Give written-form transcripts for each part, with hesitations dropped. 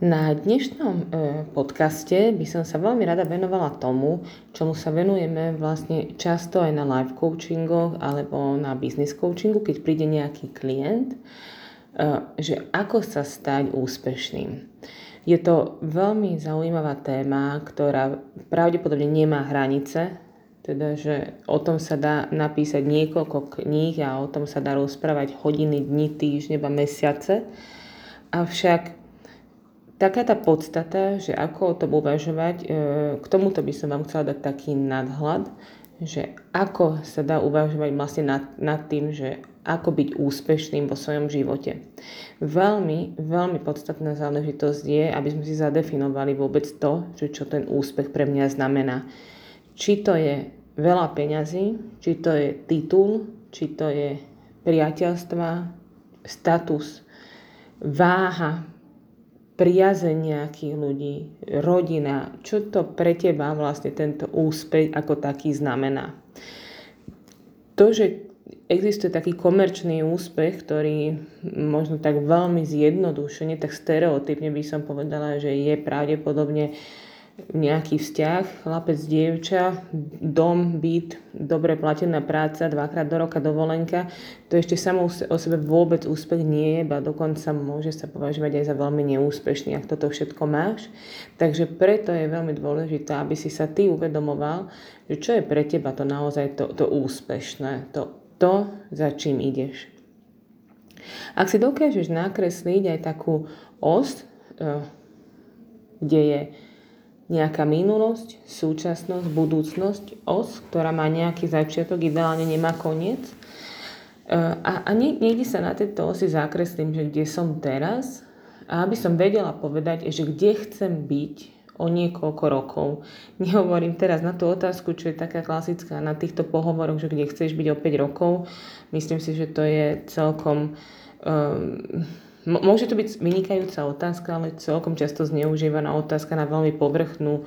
Na dnešnom podcaste by som sa veľmi rada venovala tomu, čomu sa venujeme vlastne často aj na life coachingoch alebo na business coachingu, keď príde nejaký klient, že ako sa stať úspešným. Je to veľmi zaujímavá téma, ktorá pravdepodobne nemá hranice, teda že o tom sa dá napísať niekoľko kníh a o tom sa dá rozprávať hodiny, dni, týždne, ba mesiace. Avšak taká tá podstata, že ako o tom uvažovať, k tomuto by som vám chcela dať taký nadhľad, že ako sa dá uvažovať vlastne nad tým, že ako byť úspešným vo svojom živote. Veľmi, veľmi podstatná záležitosť je, aby sme si zadefinovali vôbec to, že čo ten úspech pre mňa znamená. Či to je veľa peňazí, či to je titul, či to je priateľstva, status, váha, priazeň nejakých ľudí, rodina, čo to pre teba vlastne tento úspech ako taký znamená. To, že existuje taký komerčný úspech, ktorý možno tak veľmi zjednodušene, tak stereotypne by som povedala, že je pravdepodobne nejaký vzťah, chlapec, dievča, dom, byt, dobre platená práca, 2-krát do roka dovolenka, to ešte samo o sebe vôbec úspech nie je, ba dokonca môže sa považovať aj za veľmi neúspešný, ak toto všetko máš. Takže preto je veľmi dôležité, aby si sa ty uvedomoval, že čo je pre teba to naozaj to úspešné, to, za čím ideš. Ak si dokážeš nakresliť aj takú os, kde je nejaká minulosť, súčasnosť, budúcnosť, os, ktorá má nejaký začiatok, ideálne nemá koniec. A niekde sa na tejto osi zakreslím, že kde som teraz, a aby som vedela povedať, že kde chcem byť o niekoľko rokov. Nehovorím teraz na tú otázku, čo je taká klasická na týchto pohovoroch, že kde chceš byť o 5 rokov. Myslím si, že to je celkom... Môže to byť vynikajúca otázka, ale celkom často zneužívaná otázka na veľmi povrchnú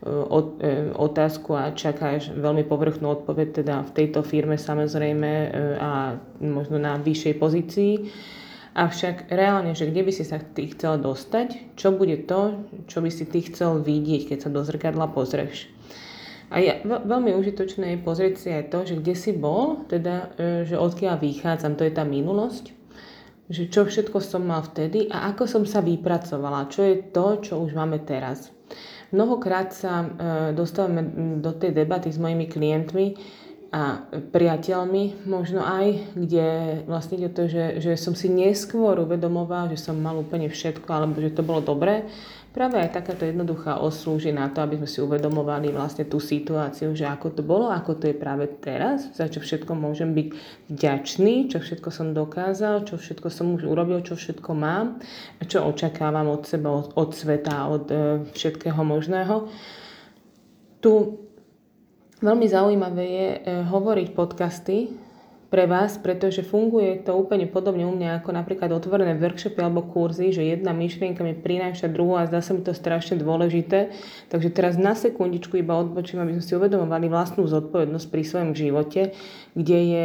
otázku a čakáš veľmi povrchnú odpoveď, teda v tejto firme samozrejme a možno na vyššej pozícii. Avšak reálne, že kde by si sa ty chcel dostať, čo bude to, čo by si ty chcel vidieť, keď sa do zrkadla pozrieš. A veľmi užitočné je pozrieť si aj to, že kde si bol, teda, že odkiaľ vychádzam, to je tá minulosť, že čo všetko som mal vtedy a ako som sa vypracovala, čo je to, čo už máme teraz. Mnohokrát sa dostávame do tej debaty s mojimi klientmi a priateľmi, možno aj, kde vlastne ide to, že som si neskôr uvedomoval, že som mal úplne všetko, alebo že to bolo dobré. Práve aj takáto jednoduchá os slúži na to, aby sme si uvedomovali vlastne tú situáciu, že ako to bolo, ako to je práve teraz, za čo všetko môžem byť vďačný, čo všetko som dokázal, čo všetko som už urobil, čo všetko mám a čo očakávam od seba, od sveta, od všetkého možného. Tu veľmi zaujímavé je hovoriť podcasty pre vás, pretože funguje to úplne podobne u mňa ako napríklad otvorené workshopy alebo kurzy, že jedna myšlienka mi prináša druhú a zdá sa mi to strašne dôležité. Takže teraz na sekundičku iba odbočím, aby sme si uvedomovali vlastnú zodpovednosť pri svojom živote, kde je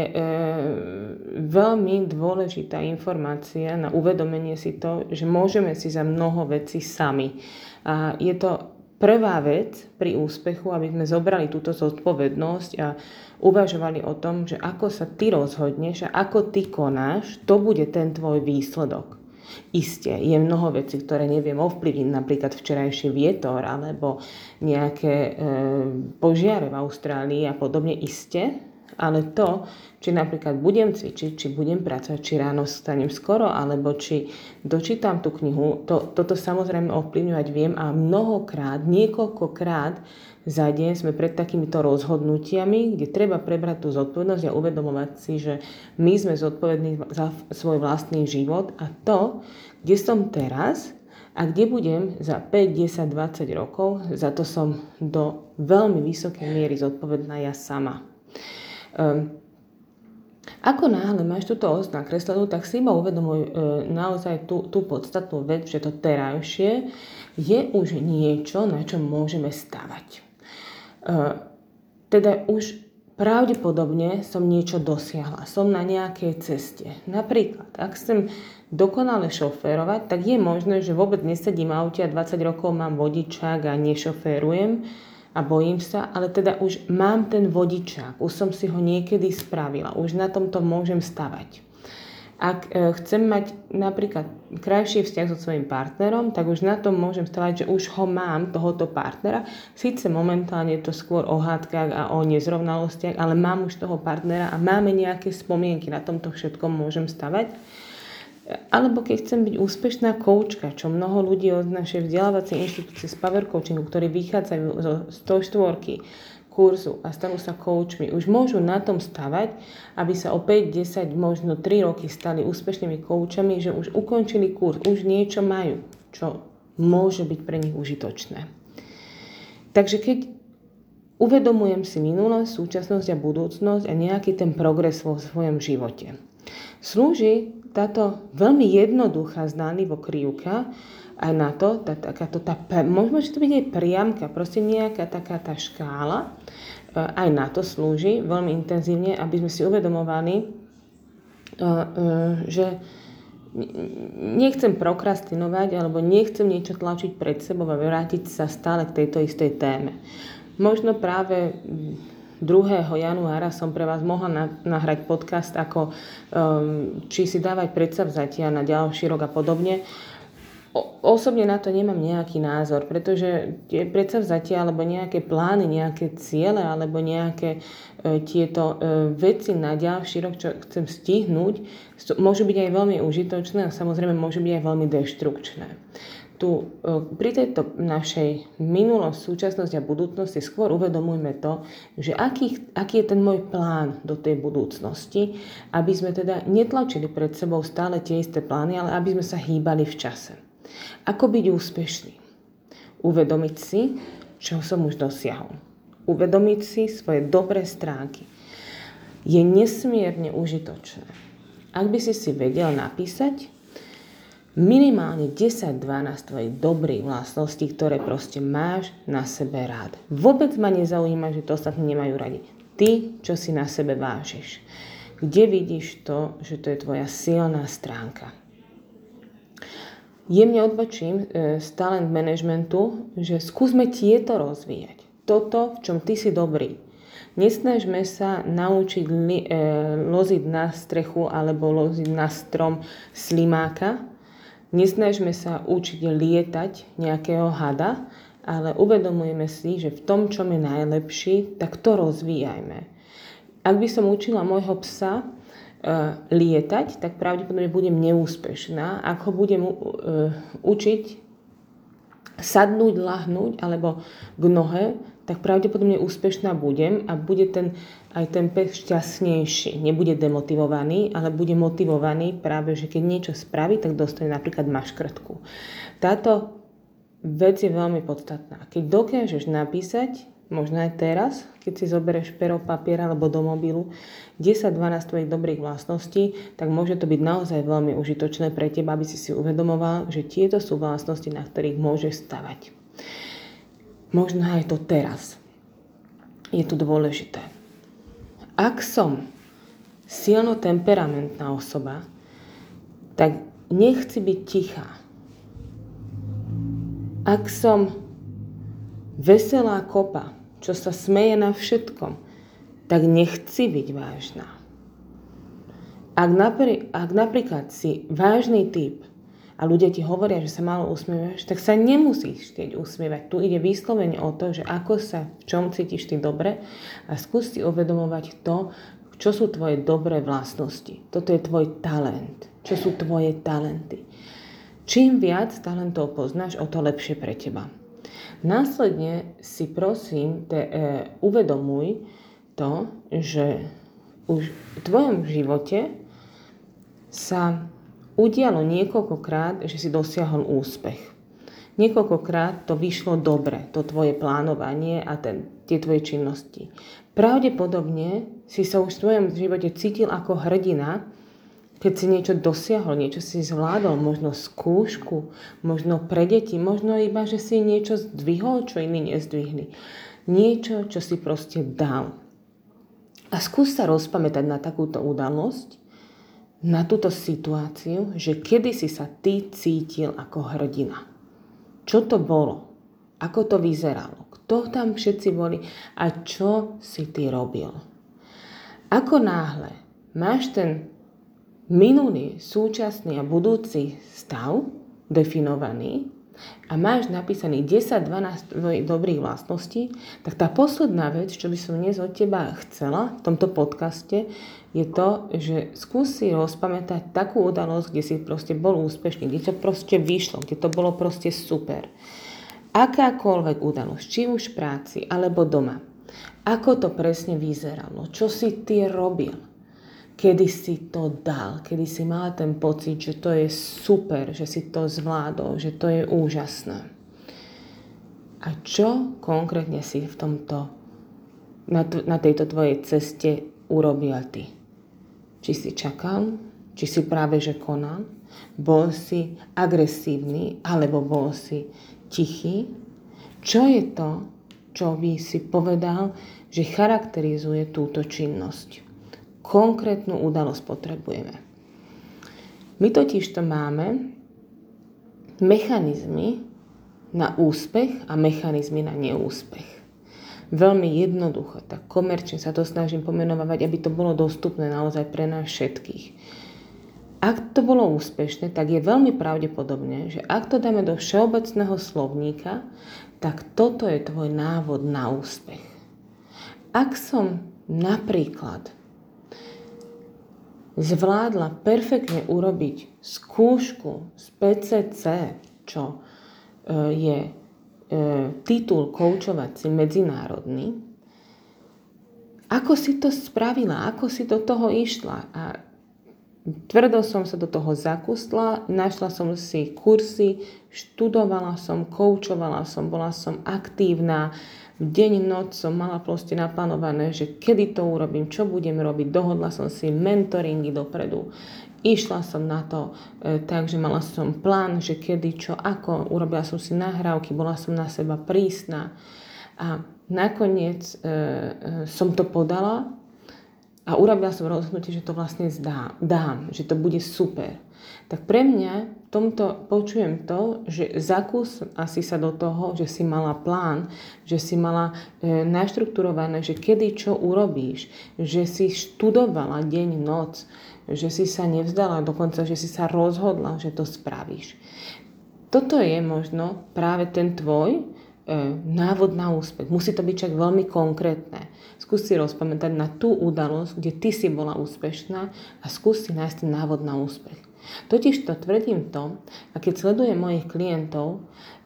veľmi dôležitá informácia na uvedomenie si to, že môžeme si za mnoho vecí sami. A je to prvá vec pri úspechu, aby sme zobrali túto zodpovednosť a uvažovali o tom, že ako sa ty rozhodneš a ako ty konáš, to bude ten tvoj výsledok. Isté, je mnoho vecí, ktoré neviem ovplyvniť, napríklad včerajší vietor alebo nejaké požiare v Austrálii a podobne, isté, ale to, či napríklad budem cvičiť, či budem pracovať, či ráno vstanem skoro, alebo či dočítam tú knihu, toto samozrejme ovplyvňovať viem a mnohokrát, niekoľkokrát za deň sme pred takýmito rozhodnutiami, kde treba prebrať tú zodpovednosť a uvedomovať si, že my sme zodpovední za svoj vlastný život a to, kde som teraz a kde budem za 5, 10, 20 rokov, za to som do veľmi vysokej miery zodpovedná ja sama. Ako náhle máš túto os nakreslenú, tak si iba uvedomuj naozaj tú podstatnú vec, že to terajšie je už niečo, na čom môžeme stavať. Teda už pravdepodobne som niečo dosiahla, som na nejakej ceste. Napríklad, ak chcem dokonale šoférovať, tak je možné, že vôbec nesedím v aute a 20 rokov mám vodičák a nešoférujem a bojím sa, ale teda už mám ten vodičák, už som si ho niekedy spravila, už na tomto môžem stavať. Ak chcem mať napríklad krajší vzťah so svojím partnerom, tak už na tom môžem stavať, že už ho mám, tohoto partnera. Síce momentálne je to skôr o hádkach a o nezrovnalostiach, ale mám už toho partnera a máme nejaké spomienky, na tomto všetkom môžem stavať. Alebo keď chcem byť úspešná koučka, čo mnoho ľudí od našej vzdelávacej inštitúcie z Power Coachingu, ktorí vychádzajú zo 104 kurzu a stanú sa koučmi, už môžu na tom stavať, aby sa o 5, 10, možno 3 roky stali úspešnými koučami, že už ukončili kurz, už niečo majú, čo môže byť pre nich užitočné. Takže keď uvedomujem si minulosť, súčasnosť a budúcnosť a nejaký ten progres vo svojom živote, slúži táto veľmi jednoduchá zdánlivo krivka aj na to, možno, že to byť aj priamka, proste nejaká taká tá škála, aj na to slúži veľmi intenzívne, aby sme si uvedomovali, že nechcem prokrastinovať alebo nechcem niečo tlačiť pred sebou a vrátiť sa stále k tejto istej téme. Možno práve 2. januára som pre vás mohla nahrať podcast, ako či si dávať predsavzatia na ďalší rok a podobne. Osobne na to nemám nejaký názor, pretože tie predsavzatia alebo nejaké plány, nejaké ciele alebo nejaké tieto veci na ďalší rok, čo chcem stihnúť, môžu byť aj veľmi užitočné a samozrejme môžu byť aj veľmi deštrukčné. Pri tejto našej minulosť, súčasnosť a budúcnosti skôr uvedomujme to, že aký je ten môj plán do tej budúcnosti, aby sme teda netlačili pred sebou stále tie isté plány, ale aby sme sa hýbali v čase. Ako byť úspešný? Uvedomiť si, čo som už dosiahol. Uvedomiť si svoje dobré stránky. Je nesmierne užitočné. Ak by si vedel napísať minimálne 10-12 tvojich dobrých vlastností, ktoré proste máš na sebe rád. Vôbec ma nezaujíma, že to ostatní nemajú radi. Ty, čo si na sebe vážiš. Kde vidíš to, že to je tvoja silná stránka? Jemne odbočím z talent managementu, že skúsme tieto rozvíjať. Toto, v čom ty si dobrý. Nesnažme sa naučiť loziť na strechu alebo loziť na strom slimáka. Nesnažme sa učiť lietať nejakého hada, ale uvedomujeme si, že v tom, čo je najlepší, tak to rozvíjajme. Ak by som učila môjho psa lietať, tak pravdepodobne budem neúspešná. Ak ho budem učiť sadnúť, lahnúť alebo k nohe, tak pravdepodobne úspešná budem a bude aj ten pes šťastnejší. Nebude demotivovaný, ale bude motivovaný práve, že keď niečo spraví, tak dostane napríklad maškrtku. Táto vec je veľmi podstatná. Keď dokážeš napísať, možno aj teraz, keď si zoberieš pero, papier alebo do mobilu 10-12 tvojich dobrých vlastností, tak môže to byť naozaj veľmi užitočné pre teba, aby si uvedomoval, že tieto sú vlastnosti, na ktorých môžeš stavať. Možno aj to teraz je tu dôležité. Ak som silno temperamentná osoba, tak nechci byť tichá. Ak som veselá kopa, čo sa smeje na všetkom, tak nechci byť vážna. Ak napríklad si vážny typ a ľudia ti hovoria, že sa málo usmievaš, tak sa nemusíš chcieť usmievať. Tu ide vyslovene o to, že ako sa, v čom cítiš ty dobre a skús si uvedomovať to, čo sú tvoje dobré vlastnosti. Toto je tvoj talent. Čo sú tvoje talenty. Čím viac talentov poznáš, o to lepšie pre teba. Následne si prosím uvedomuj to, že už v tvojom živote sa udialo niekoľkokrát, že si dosiahol úspech. Niekoľkokrát to vyšlo dobre, to tvoje plánovanie a tie tvoje činnosti. Pravdepodobne si sa už v tvojom živote cítil ako hrdina, keď si niečo dosiahol, niečo si zvládol, možno skúšku, možno pre deti, možno iba, že si niečo zdvihol, čo iní nezdvihli. Niečo, čo si proste dal. A skús sa rozpamätať na takúto udalosť, na túto situáciu, že kedy si sa ty cítil ako hrdina. Čo to bolo? Ako to vyzeralo? Kto tam všetci boli? A čo si ty robil? Ako náhle máš ten minulý, súčasný a budúci stav definovaný a máš napísaný 10-12 dobrých vlastností, tak tá posledná vec, čo by som dnes od teba chcela v tomto podcaste, je to, že skúsi rozpamätať takú udalosť, kde si proste bol úspešný, kde to proste vyšlo, kde to bolo proste super. Akákoľvek udalosť, či už v práci alebo doma, ako to presne vyzeralo, čo si ty robil, kedy si to dal, kedy si mal ten pocit, že to je super, že si to zvládol, že to je úžasné. A čo konkrétne si v tomto, na tejto tvojej ceste urobil ty? Či si čakal, či si práve že konal, bol si agresívny, alebo bol si tichý? Čo je to, čo by si povedal, že charakterizuje túto činnosť? Konkrétnu udalosť potrebujeme. My totižto máme mechanizmy na úspech a mechanizmy na neúspech. Veľmi jednoducho, tak komerčne sa to snažím pomenovať, aby to bolo dostupné naozaj pre nás všetkých. Ak to bolo úspešné, tak je veľmi pravdepodobné, že ak to dáme do všeobecného slovníka, tak toto je tvoj návod na úspech. Ak som napríklad zvládla perfektne urobiť skúšku z PCC, čo je titul koučovací medzinárodný, ako si to spravila, ako si do toho išla. A tvrdo som sa do toho zakúsla, našla som si kursy, študovala som, koučovala som, bola som aktívna, deň, noc som mala proste naplánované, že kedy to urobím, čo budem robiť, dohodla som si mentoringy dopredu. Išla som na to, takže mala som plán, že kedy, čo, ako, urobila som si nahrávky, bola som na seba prísna a nakoniec som to podala a urobila som rozhodnutie, že to vlastne dám, že to bude super. Tak pre mňa v tomto počujem to, že zakús asi sa do toho, že si mala plán, že si mala naštrukturované, že kedy čo urobíš, že si študovala deň, noc, že si sa nevzdala, dokonca, že si sa rozhodla, že to spravíš. Toto je možno práve ten tvoj návod na úspech. Musí to byť však veľmi konkrétne. Skús si rozpamätať na tú udalosť, kde ty si bola úspešná a skús si nájsť ten návod na úspech. Totiž to tvrdím to, a keď sledujem mojich klientov,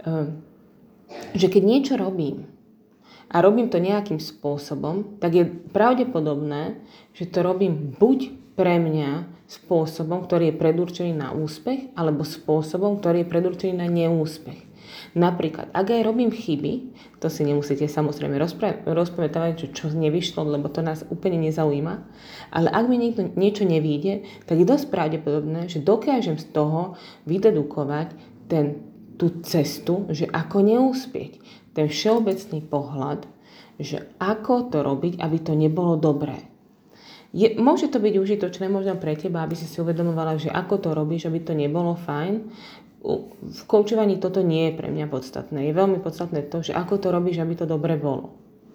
že keď niečo robím a robím to nejakým spôsobom, tak je pravdepodobné, že to robím buď pre mňa spôsobom, ktorý je predurčený na úspech, alebo spôsobom, ktorý je predurčený na neúspech. Napríklad, ak aj robím chyby, to si nemusíte samozrejme rozpamätávať, čo nevyšlo, lebo to nás úplne nezaujíma, ale ak mi niečo nevyjde, tak je dosť pravdepodobné, že dokážem z toho vydedukovať tú cestu, že ako neúspieť. Ten všeobecný pohľad, že ako to robiť, aby to nebolo dobré. Môže to byť užitočné možno pre teba, aby si uvedomovala, že ako to robíš, aby to nebolo fajn. V koučovaní toto nie je pre mňa podstatné. Je veľmi podstatné to, že ako to robíš, aby to dobre bolo.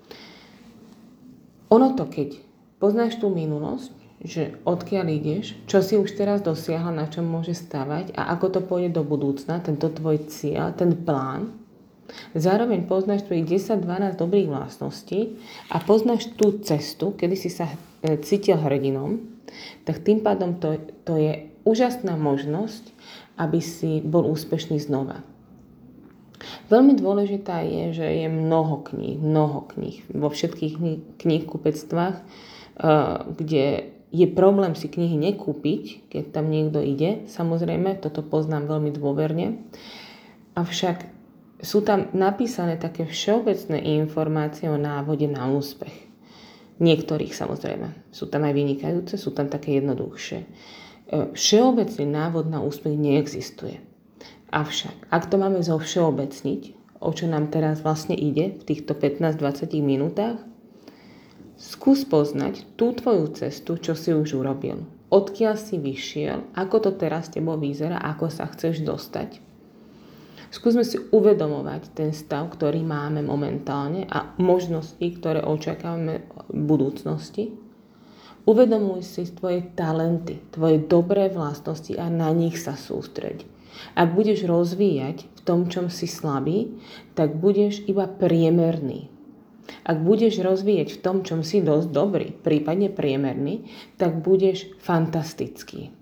Ono to, keď poznáš tú minulosť, že odkiaľ ideš, čo si už teraz dosiahla, na čom môže stavať a ako to pôjde do budúcna, tento tvoj cieľ, ten plán. Zároveň poznáš tvojich 10-12 dobrých vlastností a poznáš tú cestu, kedy si sa cítil hrdinom, tak tým pádom to je úžasná možnosť, aby si bol úspešný znova. Veľmi dôležitá je, že je mnoho kníh vo všetkých kníhkupectvách, kde je problém si knihy nekúpiť, keď tam niekto ide. Samozrejme, toto poznám veľmi dôverne. Avšak sú tam napísané také všeobecné informácie o návode na úspech. Niektorých samozrejme. Sú tam aj vynikajúce, sú tam také jednoduchšie. Všeobecný návod na úspech neexistuje. Avšak, ak to máme zovšeobecniť, o čo nám teraz vlastne ide v týchto 15-20 minútach, Skús poznať tú tvoju cestu, čo si už urobil. Odkiaľ si vyšiel, ako to teraz s tebou vyzerá, ako sa chceš dostať. Skúsme si uvedomovať ten stav, ktorý máme momentálne a možnosti, ktoré očakávame v budúcnosti. Uvedomuj si tvoje talenty, tvoje dobré vlastnosti a na nich sa sústreď. Ak budeš rozvíjať v tom, čom si slabý, tak budeš iba priemerný. Ak budeš rozvíjať v tom, čom si dosť dobrý, prípadne priemerný, tak budeš fantastický.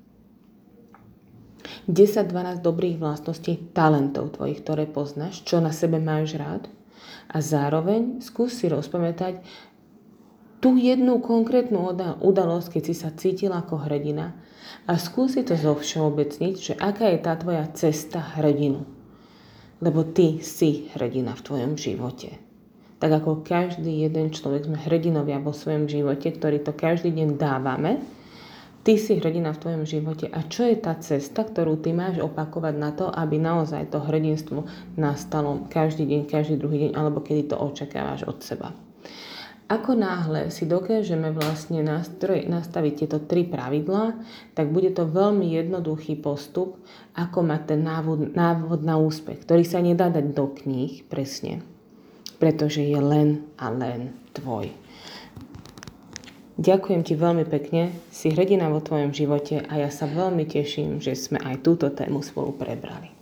10-12 dobrých vlastností, talentov tvojich, ktoré poznáš, čo na sebe máš rád. A zároveň skús si rozpamätať tú jednu konkrétnu udalosť, keď si sa cítil ako hrdina a skúsi to zovšeobecniť, že aká je tá tvoja cesta hrdinu. Lebo ty si hrdina v tvojom živote. Tak ako každý jeden človek sme hrdinovia vo svojom živote, ktorý to každý deň dávame, ty si hrdina v tvojom živote. A čo je tá cesta, ktorú ty máš opakovať na to, aby naozaj to hrdinstvo nastalo každý deň, každý druhý deň, alebo kedy to očakávaš od seba. Ako náhle si dokážeme vlastne nastaviť tieto 3 pravidlá, tak bude to veľmi jednoduchý postup, ako mať ten návod na úspech, ktorý sa nedá dať do kníh presne, pretože je len a len tvoj. Ďakujem ti veľmi pekne, si hrdina vo tvojom živote a ja sa veľmi teším, že sme aj túto tému spolu prebrali.